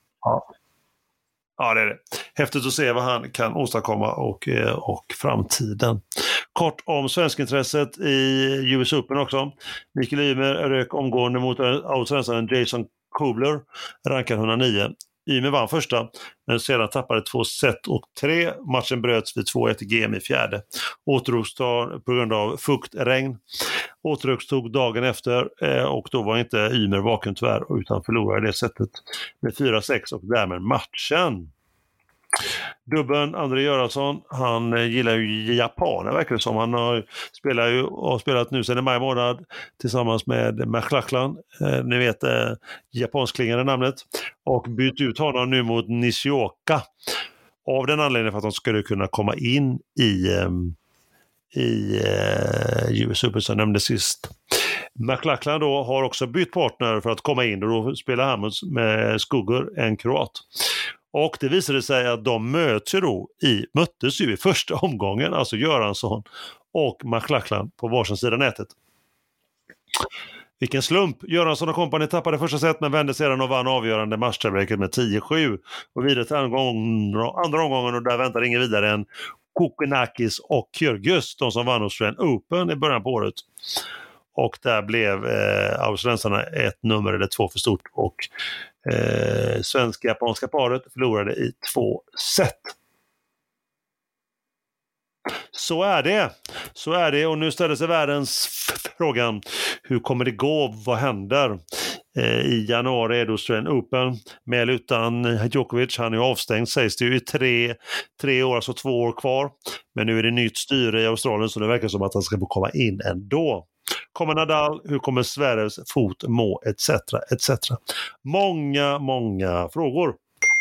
Ja, det är det. Häftigt att se vad han kan åstadkomma och framtiden. Kort om svenskintresset i US Open också. Mikael Ymer rök omgående mot australiensaren Jason Kubler, rankad 109. Ymer vann första, men sedan tappade 2 set och 3. Matchen bröts vid 2-1 i GM i fjärde. Återupptogs på grund av fuktregn. Återupptog dagen efter och då var inte Ymer vaken tyvärr utan förlorade det sättet med 4-6 och därmed matchen. Dubben André Göransson, han gillar ju japaner verkar det som. Han har spelat nu sedan i maj månad tillsammans med McLachlan, ni vet japansklingande namnet, och bytt ut honom nu mot Nishioka av den anledningen för att de skulle kunna komma in i US Open som nämnde sist. McLachlan då har också bytt partner för att komma in och då spelar han med Skugger, en kroat. Och det visade sig att de möttes ju i första omgången, alltså Göransson och McLachlan på varsin sida nätet. Vilken slump! Göransson och kompani tappade första set men vände sedan och vann avgörande matchtiebreaket med 10-7. Och vidare till andra omgången och där väntade ingen vidare än Kokkinakis och Kyrgios, de som vann Australian Open i början på året. Och där blev australiensarna 1 nummer eller 2 för stort och svenska-japanska paret förlorade i 2 set. Så är det och nu ställer sig världens frågan, hur kommer det gå, vad händer? I januari är det Australian Open med eller utan Djokovic, han är avstängd sägs det ju i 3 år, alltså 2 år kvar, men nu är det nytt styre i Australien så det verkar som att han ska få komma in ändå. Kommer Nadal, hur kommer Sveriges fot må, etc. Många frågor.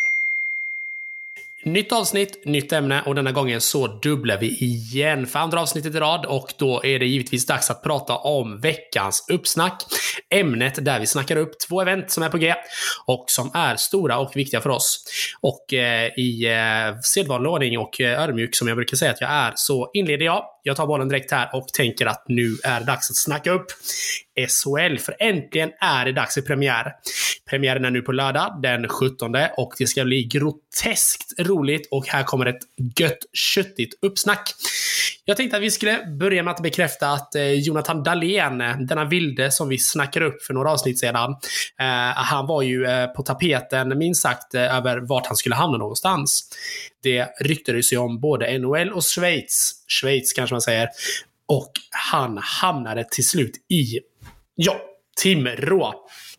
Nytt avsnitt, nytt ämne och denna gången så dubblar vi igen för andra avsnittet i rad och då är det givetvis dags att prata om veckans uppsnack. Ämnet där vi snackar upp 2 event som är på G och som är stora och viktiga för oss. Och i sedvanlig ordning och ödmjuk som jag brukar säga att jag är så inleder jag. Jag tar bollen direkt här och tänker att nu är det dags att snacka upp SHL, för äntligen är det dags för premiär. Premiären är nu på lördag den 17 och det ska bli groteskt roligt och här kommer ett gött köttigt uppsnack. Jag tänkte att vi skulle börja med att bekräfta att Jonathan Dahlén, denna vilde som vi snackade upp för några avsnitt sedan, han var ju på tapeten minst sagt över vart han skulle hamna någonstans. Det ryktades ju om både NHL och Schweiz kanske man säger, och han hamnade till slut i Timrå.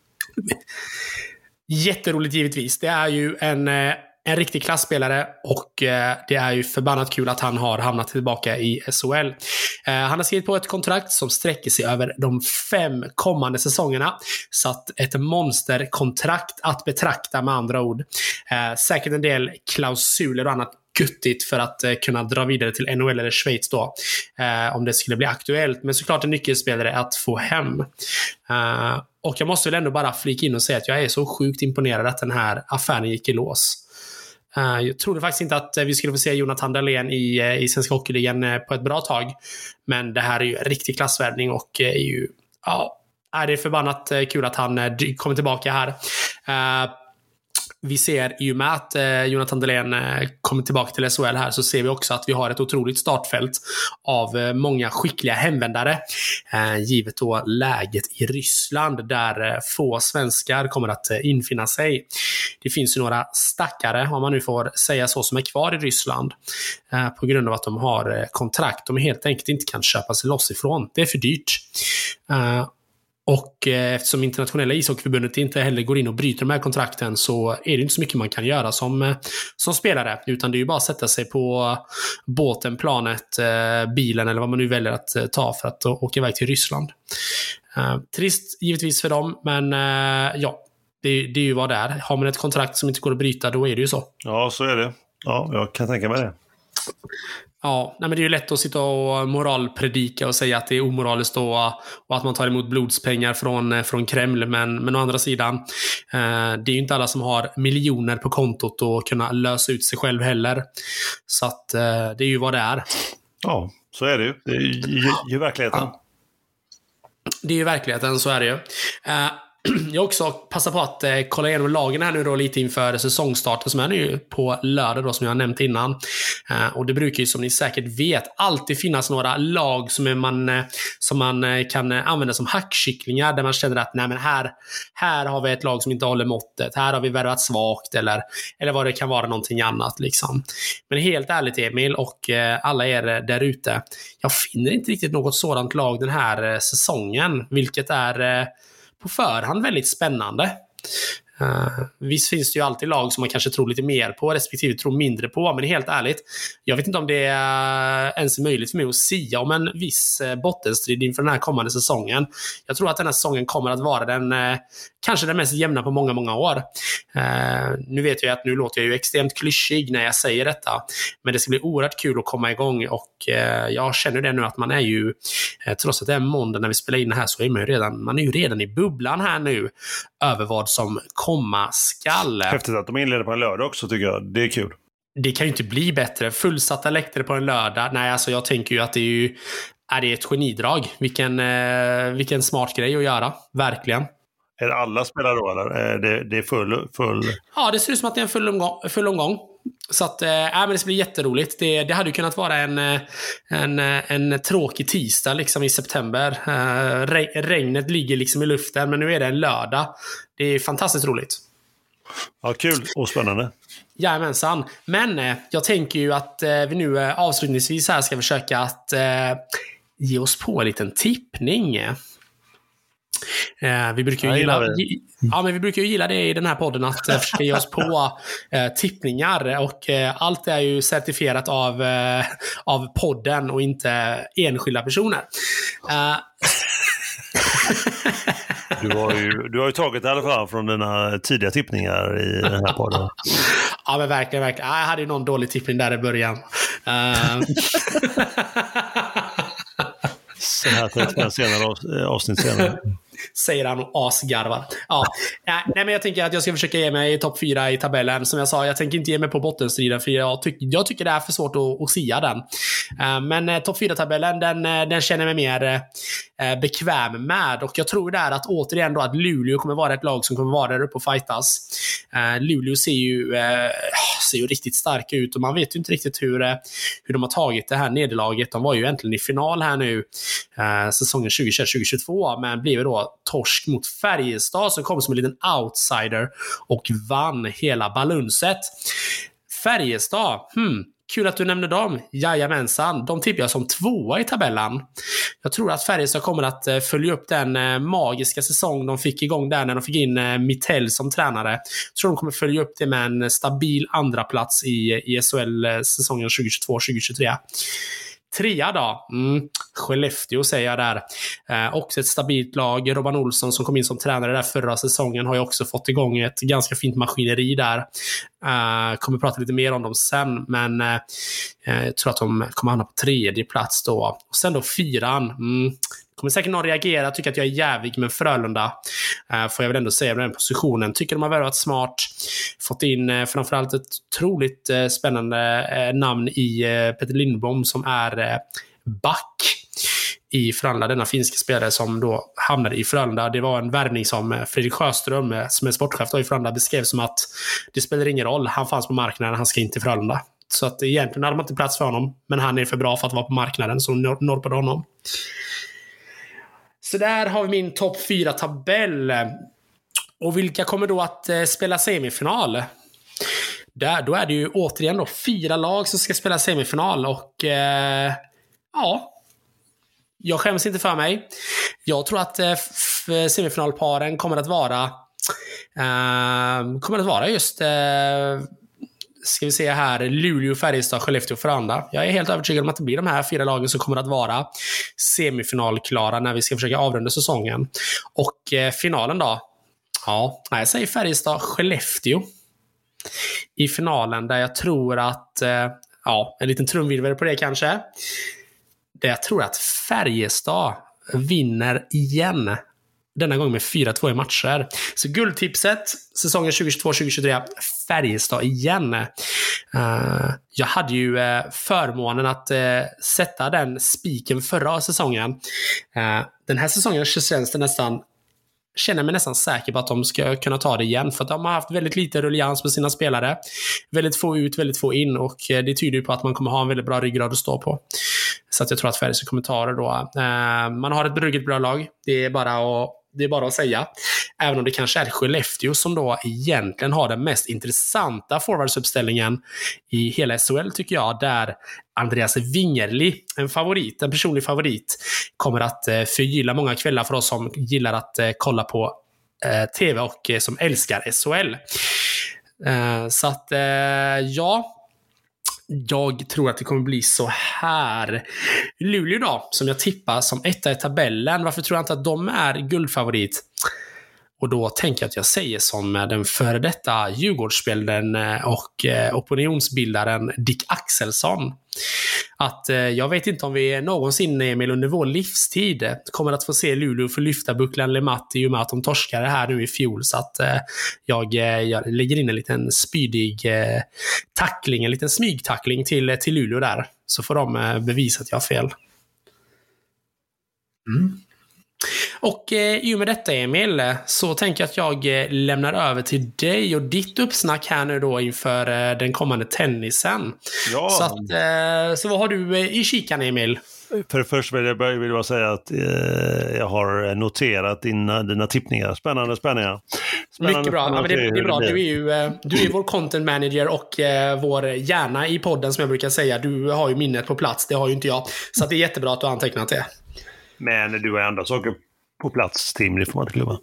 Jätteroligt givetvis. Det är ju en riktig klassspelare och det är ju förbannat kul att han har hamnat tillbaka i SHL. Han har skrivit på ett kontrakt som sträcker sig över de 5 kommande säsongerna. Så att ett monsterkontrakt att betrakta med andra ord. Säkert en del klausuler och annat guttigt för att kunna dra vidare till NHL eller Schweiz då. Om det skulle bli aktuellt. Men såklart en nyckelspelare att få hem. Och jag måste väl ändå bara flika in och säga att jag är så sjukt imponerad att den här affären gick i lås. Jag trodde faktiskt inte att vi skulle få se Jonathan Dahlén i Svenska Hockeyligan på ett bra tag. Men det här är ju en riktig klassvärvning och är ju, det är förbannat kul att han kommer tillbaka här. vi ser i och med att Jonathan Dahlén kommer tillbaka till SHL här, så ser vi också att vi har ett otroligt startfält av många skickliga hemvändare, givet då läget i Ryssland där få svenskar kommer att infinna sig. Det finns ju några stackare, om man nu får säga så, som är kvar i Ryssland på grund av att de har kontrakt de helt enkelt inte kan köpa sig loss ifrån. Det är för dyrt. Och eftersom internationella ishockeyförbundet inte heller går in och bryter de här kontrakten, så är det inte så mycket man kan göra som spelare, utan det är ju bara att sätta sig på båten, planet, bilen eller vad man nu väljer att ta för att åka iväg till Ryssland. Trist givetvis för dem, men ja, det är ju vad det är. Har man ett kontrakt som inte går att bryta, då är det ju så. Ja, så är det. Ja, jag kan tänka mig det. Ja, nej, men det är ju lätt att sitta och moralpredika och säga att det är omoraliskt och att man tar emot blodspengar från Kreml, men å andra sidan, det är ju inte alla som har miljoner på kontot och kunna lösa ut sig själv heller. Så att det är ju vad det är. Ja, så är det ju. Det är ju verkligheten. Ja. Det är ju verkligheten, så är det ju. Jag också passar på att kolla igenom lagen här nu då lite inför säsongstarten som är nu på lördag då, som jag har nämnt innan. Och det brukar ju, som ni säkert vet, alltid finnas några lag som man kan använda som hackkycklingar, där man känner att nej, men här har vi ett lag som inte håller måttet, här har vi värvat svagt eller vad det kan vara, någonting annat liksom. Men helt ärligt, Emil och alla er där ute, jag finner inte riktigt något sådant lag den här säsongen, vilket är på förhand väldigt spännande. Visst finns det ju alltid lag som man kanske tror lite mer på respektive tror mindre på, men helt ärligt, jag vet inte om det är ens möjligt för mig att sia om en viss bottenstrid inför den här kommande säsongen. Jag tror att den här säsongen kommer att vara kanske den mest jämna på många, många år. Nu vet jag att nu låter jag ju extremt klyschig när jag säger detta, men det ska bli oerhört kul att komma igång, och jag känner det nu att man är ju, trots att det är måndag när vi spelar in det här, så är man är ju redan i bubblan här nu över vad som komma skall. Häftigt att de inleder på en lördag också, tycker jag. Det är kul. Det kan ju inte bli bättre. Fullsatta läktare på en lördag. Nej, alltså jag tänker ju att det är ett genidrag. Vilken smart grej att göra. Verkligen. Är det alla spelare då, eller? Det är full... Ja, det ser ut som att det är en full omgång. Så att, men det ska bli jätteroligt. Det hade ju kunnat vara en tråkig tisdag liksom i september. Regnet ligger liksom i luften, men nu är det en lördag. Det är fantastiskt roligt. Ja, kul och spännande. Jajamensan. Men jag tänker ju att vi nu avslutningsvis här ska försöka att ge oss på en liten tippning. Vi brukar ju gilla det i den här podden, att försöka ge oss på tippningar, och allt är ju certifierat av podden och inte enskilda personer. Du har ju tagit i alla fall från dina tidiga tippningar i den här podden. Ja, men verkligen. Jag hade ju någon dålig tippning där i början. Så här 35 senare avsnitt senare. Säger han och asgarvar. Ja. Nej, men jag tänker att jag ska försöka ge mig topp 4 i tabellen. Som jag sa, jag tänker inte ge mig på bottenstriden, för jag tycker det är för svårt att sia den. Men topp 4-tabellen, den känner jag mig mer bekväm med. Och jag tror där att återigen då att Luleå kommer vara ett lag som kommer vara där uppe och fightas. Luleå ser ju riktigt starka ut, och man vet ju inte riktigt hur de har tagit det här nederlaget. De var ju egentligen i final här nu säsongen 2021-2022, men blev då torsk mot Färjestad, som kom som en liten outsider och vann hela balunset. Färjestad, kul att du nämnde dem. Jajamensan, de tippar jag som 2 i tabellen. Jag tror att Färjestad kommer att följa upp den magiska säsong de fick igång där när de fick in Mittell som tränare. Jag tror de kommer följa upp det med en stabil andra plats i SHL-säsongen 2022-2023. 3 då. Skellefteå säger jag där. Också ett stabilt lag. Robban Olsson som kom in som tränare där förra säsongen har ju också fått igång ett ganska fint maskineri där. Kommer prata lite mer om dem sen, men jag tror att de kommer hamna på 3:e plats då. Och sen då 4:an. Kommer säkert någon reagera, tycker att jag är jävig, men Frölunda får jag väl ändå säga med den positionen. Tycker de har varit smart, fått in framförallt ett otroligt spännande namn i Peter Lindbom som är back i Frölunda, denna finska spelare som då hamnade i Frölunda. Det var en värvning som Fredrik Sjöström, som är sportchef då i Frölunda, beskrev som att det spelar ingen roll, han fanns på marknaden, han ska inte till Frölunda. Så att egentligen hade man inte plats för honom, men han är för bra för att vara på marknaden, så norpade honom. Så där har vi min topp 4-tabell. Och vilka kommer då att spela semifinal? Då är det ju återigen då 4 lag som ska spela semifinal. Och ja, jag skäms inte för mig. Jag tror att semifinalparen kommer att vara just ska vi se här, Luleå, Färjestad, Skellefteå och Frölunda. Jag är helt övertygad om att det blir de här 4 lagen som kommer att vara semifinalklara när vi ska försöka avrunda säsongen. Och finalen då? Ja, jag säger Färjestad, Skellefteå i finalen, där jag tror att en liten trumvirvel på det kanske. Där jag tror att Färjestad vinner igen. Denna gång med 4-2 i matcher. Så guldtipset säsongen 2022-2023, Färjestad igen. Jag hade ju förmånen att sätta den spiken förra säsongen. Den här säsongen känner mig nästan säker på att de ska kunna ta det igen, för att de har haft väldigt lite rullians med sina spelare. Väldigt få ut, väldigt få in, och det tyder ju på att man kommer ha en väldigt bra ryggrad att stå på. Så att jag tror att Färjestad kommer ta det då. Man har ett ruggigt bra lag. Det är bara att säga. Även om det kanske är Skellefteå som då egentligen har den mest intressanta forwardsuppställningen i hela SHL, tycker jag. Där Andreas Wingerli, en personlig favorit, kommer att förgylla många kvällar för oss som gillar att kolla på tv och som älskar SHL. Så att ja, jag tror att det kommer bli så här. Luleå då, som jag tippar som etta i tabellen. Varför tror jag inte att de är guldfavorit? Och då tänker jag att jag säger som den före detta Djurgårdsspelaren och opinionsbildaren Dick Axelsson. Att jag vet inte om vi någonsin, Emil, under vår livstid kommer att få se Luleå få lyfta Buckland LeMat i och med att de torskade här nu i fjol. Så att jag lägger in en liten spydig tackling, en liten smygtackling till Luleå där. Så får de bevisa att jag har fel. Och i och med detta, Emil, så tänker jag att jag lämnar över till dig och ditt uppsnack här nu då inför den kommande tennisen. Ja. Så vad har du i kikan, Emil? För det första vill jag bara säga att jag har noterat dina tippningar. Spännande. Mycket bra. Ja, men det är bra. Du är vår content manager och vår hjärna i podden, som jag brukar säga. Du har ju minnet på plats, det har ju inte jag. Så att det är jättebra att du har antecknat det. Men du har andra saker på plats, Tim, det får man inte glömma.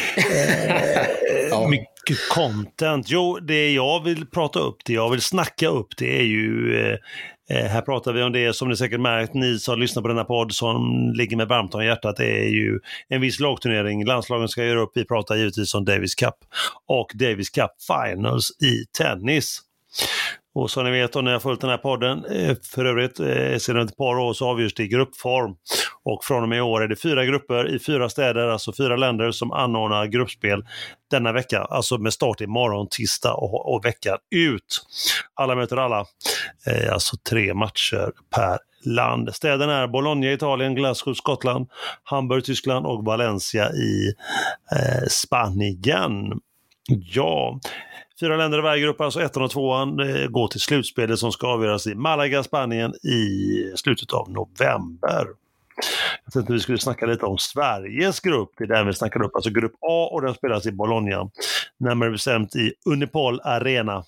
Mycket content. Jo, det jag vill prata upp, det jag vill snacka upp, det är ju... här pratar vi om det som ni säkert märkt, ni som lyssnar på denna podd som ligger med varmt om hjärtat. Det är ju en viss lagturnering. Landslagen ska göra upp. Vi pratar givetvis om Davis Cup och Davis Cup Finals i tennis. Och som ni vet, om ni har följt den här podden, för övrigt sedan ett par år, så avgörs det i gruppform. Och från och med i år är det 4 grupper i 4 städer, alltså 4 länder som anordnar gruppspel denna vecka. Alltså med start i morgon, tisdag och veckan ut. Alla möter alla. Alltså 3 matcher per land. Städerna är Bologna i Italien, Glasgow, Skottland, Hamburg, Tyskland och Valencia i Spanien. Ja... 4 länder i varje grupp, alltså 1 och 2 går till slutspelet som ska avgöras i Malaga, Spanien i slutet av november. Jag tänkte att vi skulle snacka lite om Sveriges grupp. Det är där vi snackar upp, alltså grupp A, och den spelas i Bologna. Närmare bestämt i Unipol Arena.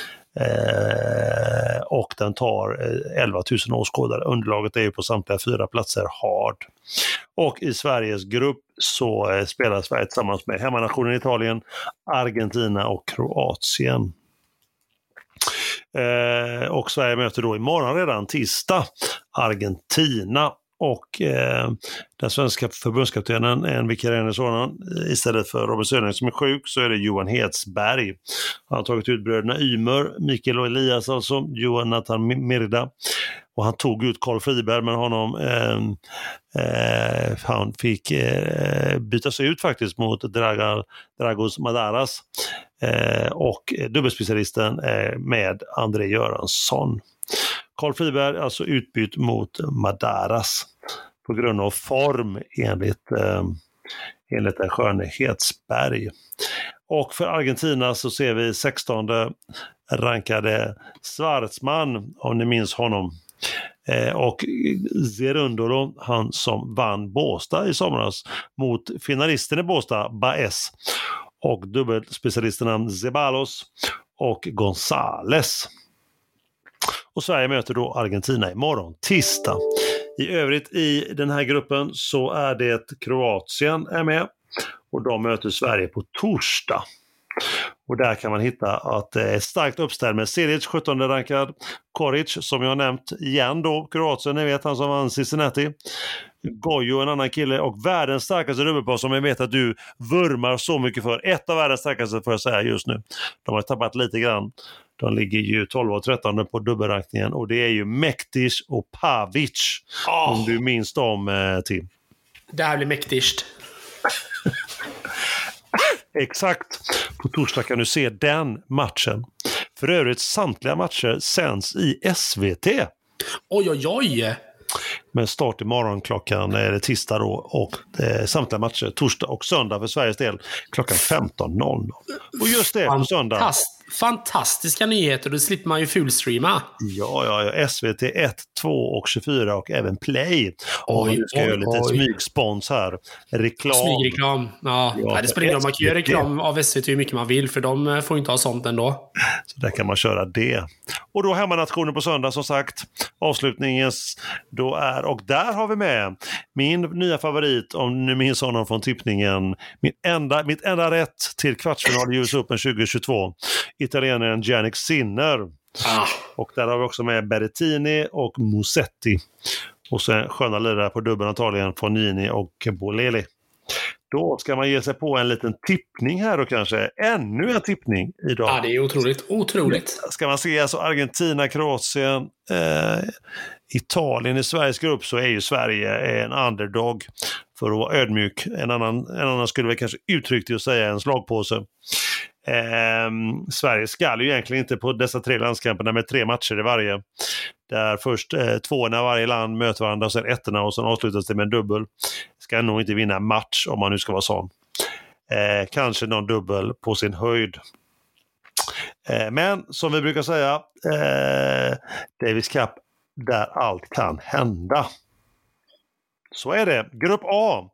Och den tar 11 000 åskådare. Underlaget är ju på samtliga 4 platser hard. Och i Sveriges grupp så spelar Sverige tillsammans med hemmanationen Italien, Argentina och Kroatien. Och Sverige möter då imorgon redan tisdag Argentina. Och den svenska förbundskaptenen är en vikarierande sådan. Istället för Robert Söderling som är sjuk så är det Johan Hedsberg. Han har tagit ut bröderna Ymer, Mikael och Elias, alltså Jonathan Mirda. Och han tog ut Carl Friberg, men han fick bytas ut faktiskt mot Dragos Madaras och dubbelspecialisten med André Göransson. Carl Friberg alltså utbytt mot Madaras på grund av form enligt en skönhetsberg. Och för Argentina så ser vi 16:e rankade Schwartzman, om ni minns honom. Och Zerundolo, han som vann Båstad i somras mot finalisten i Båstad, Baez, och dubbelspecialisterna Zeballos och González. Och Sverige möter då Argentina imorgon, tisdag. I övrigt i den här gruppen så är det Kroatien är med och de möter Sverige på torsdag. Och där kan man hitta att det är starkt uppställd med Silic 17:e rankad, Koric som jag har nämnt igen då, Kroatien, ni vet han som vann Cincinnati, Gojo en annan kille och världens starkaste dubbelpar som jag vet att du vurmar så mycket för. Ett av världens starkaste får jag säga just nu. De har tappat lite grann. De ligger ju 12 och 13 på dubbelrankningen och det är ju Mektić och Pavic. Om du minns dem, Tim. Det här blir mäktigt. Exakt. På torsdag kan du se den matchen. För övrigt samtliga matcher sänds i SVT. Oj, oj, oj! Med start imorgon klockan tisdag då och samtliga matcher torsdag och söndag för Sveriges del klockan 15:00. Och just det, på söndag. Fantastiska nyheter, då slipper man ju fullstreama. Ja, SVT 1, 2 och 24 och även Play. Och nu ska jag göra lite smygspons här. Reklam. Smygreklam. Ja, det spelar ingen roll. Man kan göra reklam av SVT hur mycket man vill, för de får inte ha sånt ändå. Så där kan man köra det. Och då hemmanationen på söndag som sagt. Avslutningens då är, och där har vi med min nya favorit, om ni minns honom från tippningen, mitt enda rätt till kvartsfinal i US Open 2022, italienaren Jannik Sinner. Och där har vi också med Berrettini och Musetti. Och sen sköna lirare på dubbeln antagligen Fognini och Bolelli. Då ska man ge sig på en liten tippning här och kanske ännu en tippning idag. Ja, det är otroligt. Ska man se alltså Argentina, Kroatien, Italien i Sveriges grupp, så är ju Sverige en underdog, för att vara ödmjuk. En annan skulle väl kanske uttryckt att säga en slagpåse. Sverige ska ju egentligen inte på dessa 3 landskamperna med 3 matcher i varje. Där först 2 när varje land möter varandra och sen 1 och sen avslutas det med en dubbel. Ska nog inte vinna match om man nu ska vara sån. Kanske någon dubbel på sin höjd. Men som vi brukar säga, Davis Cup där allt kan hända. Så är det. Grupp A.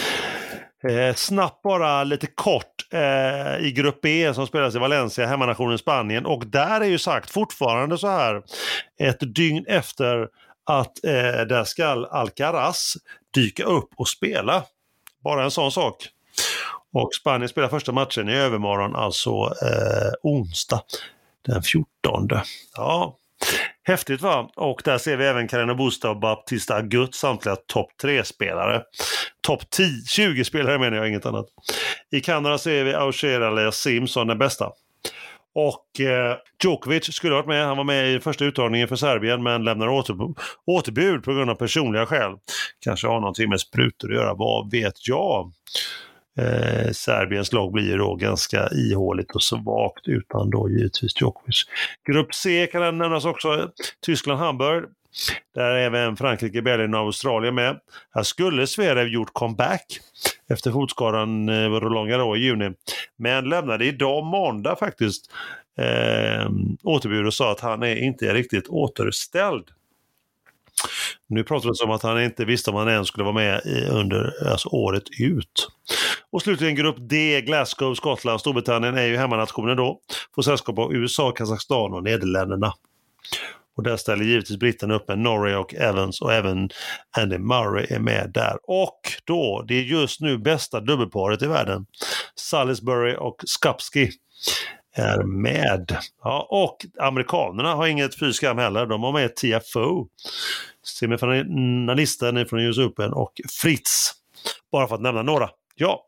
Snabbt bara lite kort i grupp B som spelas i Valencia, hemmanationen Spanien. Och där är ju sagt fortfarande så här, ett dygn efter att där ska Alcaraz dyka upp och spela. Bara en sån sak. Och Spanien spelar första matchen i övermorgon, alltså onsdag den 14. Ja, häftigt va? Och där ser vi även Carreño Busta och Baptista Agut, samtliga topp 3-spelare. Topp 20 spelare menar jag, inget annat. I Kanada ser vi Auger-Aliassime som den bästa. Och Djokovic skulle ha varit med. Han var med i första uttagningen för Serbien men lämnar återbud på grund av personliga skäl. Kanske har någonting med sprutor att göra, vad vet jag. Serbiens lag blir då ganska ihåligt och svagt utan då givetvis Djokovic. Grupp C kan den nämnas också, Tyskland-Hamburg. Där är även Frankrike, Belgien och Australien med. Här skulle Zverev gjort comeback efter fotskadan Roland Garros i juni. Men lämnade idag måndag faktiskt återbud och sa att han är inte riktigt återställd. Nu pratar det om att han inte visste om han ens skulle vara med under året ut. Och slutligen grupp D, Glasgow, Skottland, Storbritannien är ju hemmanationen då. Får sällskap av USA, Kazakstan och Nederländerna. Och där ställer givetvis britterna upp med Norrie och Evans och även Andy Murray är med där. Och då, det är just nu bästa dubbelparet i världen. Salisbury och Skupski är med. Ja, och amerikanerna har inget fyskam heller. De har med TFO. Semifinalisten från US Open och Fritz. Bara för att nämna några. Ja.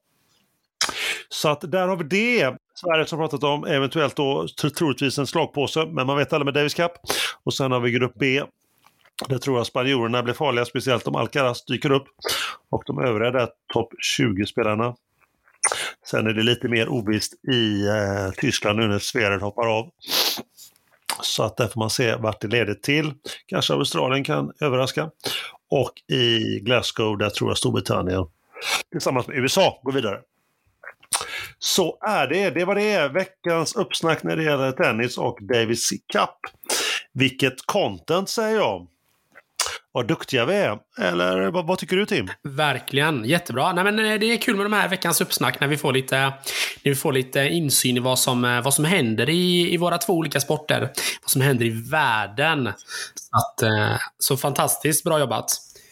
Så att där har vi det. Sverige som pratat om, eventuellt då troligtvis en slagpåse, men man vet alla med Davis Cup. Och sen har vi grupp B. Där tror jag spanjorerna blir farliga, speciellt om Alcaraz dyker upp. Och de övriga där topp 20 spelarna. Sen är det lite mer ovisst i Tyskland nu när Zverev hoppar av. Så att där får man se vart det leder till. Kanske Australien kan överraska. Och i Glasgow, där tror jag Storbritannien tillsammans med USA går vidare. Så är det. Det var det. Veckans uppsnack när det gäller tennis och Davis Cup. Vilket content, säger jag. Vad duktiga vi är. Eller vad tycker du, Tim? Verkligen, jättebra. Nej, men det är kul med de här veckans uppsnack när vi får lite insyn i vad som händer i våra två olika sporter. Vad som händer i världen. Så fantastiskt bra jobbat.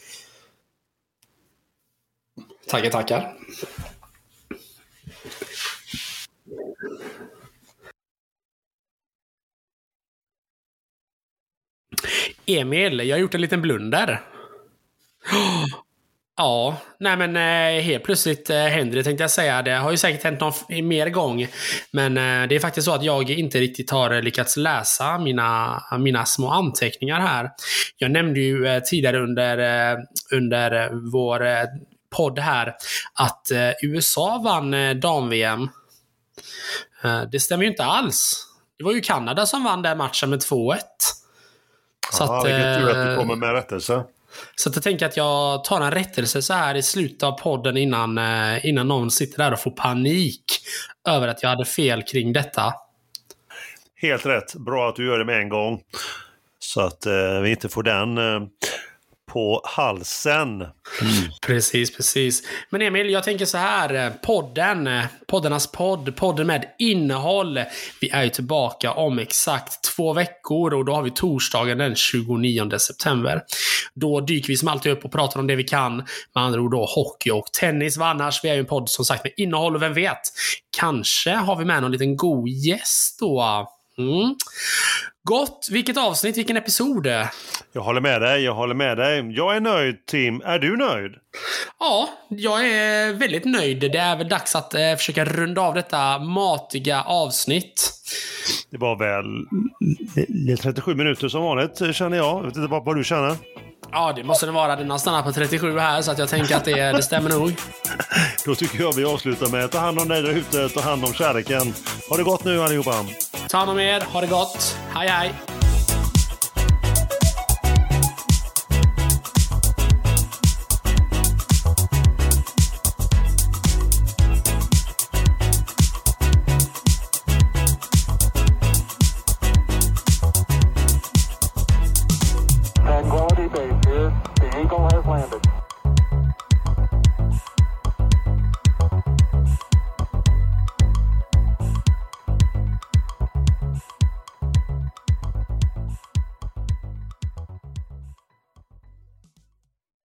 Tackar. Emil, jag har gjort en liten blunder. Ja, nej men helt plötsligt händer det, tänkte jag säga. Det har ju säkert hänt någon mer gång. Men det är faktiskt så att jag inte riktigt har lyckats läsa mina små anteckningar här. Jag nämnde ju tidigare under vår podd här att USA vann dam-VM. Det stämmer ju inte alls. Det var ju Kanada som vann den matchen med 2-1. Ja, vilket tur att du kommer med rättelse. Så att jag tänker att jag tar en rättelse så här i slutet av podden innan någon sitter där och får panik över att jag hade fel kring detta. Helt rätt. Bra att du gör det med en gång. Så att vi inte får den på halsen. Precis. Men Emil, jag tänker så här. Podden med innehåll. Vi är ju tillbaka om exakt 2 veckor och då har vi torsdagen den 29 september. Då dyker vi som alltid upp och pratar om det vi kan. Med andra ord då hockey och tennis. Annars, vi är ju en podd som sagt med innehåll och vem vet. Kanske har vi med någon liten god gäst då. Gott, vilket avsnitt, vilken episod. Jag håller med dig. Jag är nöjd, Tim. Är du nöjd? Ja, jag är väldigt nöjd. Det är väl dags att försöka runda av detta matiga avsnitt. Det var väl 37 minuter som vanligt, känner jag. Jag vet inte vad du känner. Ja, det måste det vara. Den har stannat på 37 här, så att jag tänker att det stämmer nog. Då tycker jag vi avslutar med ta hand om dig där ute, ta hand om kärleken. Ha det gott nu allihopa. Ta hand om er, ha det gott. Hej hej.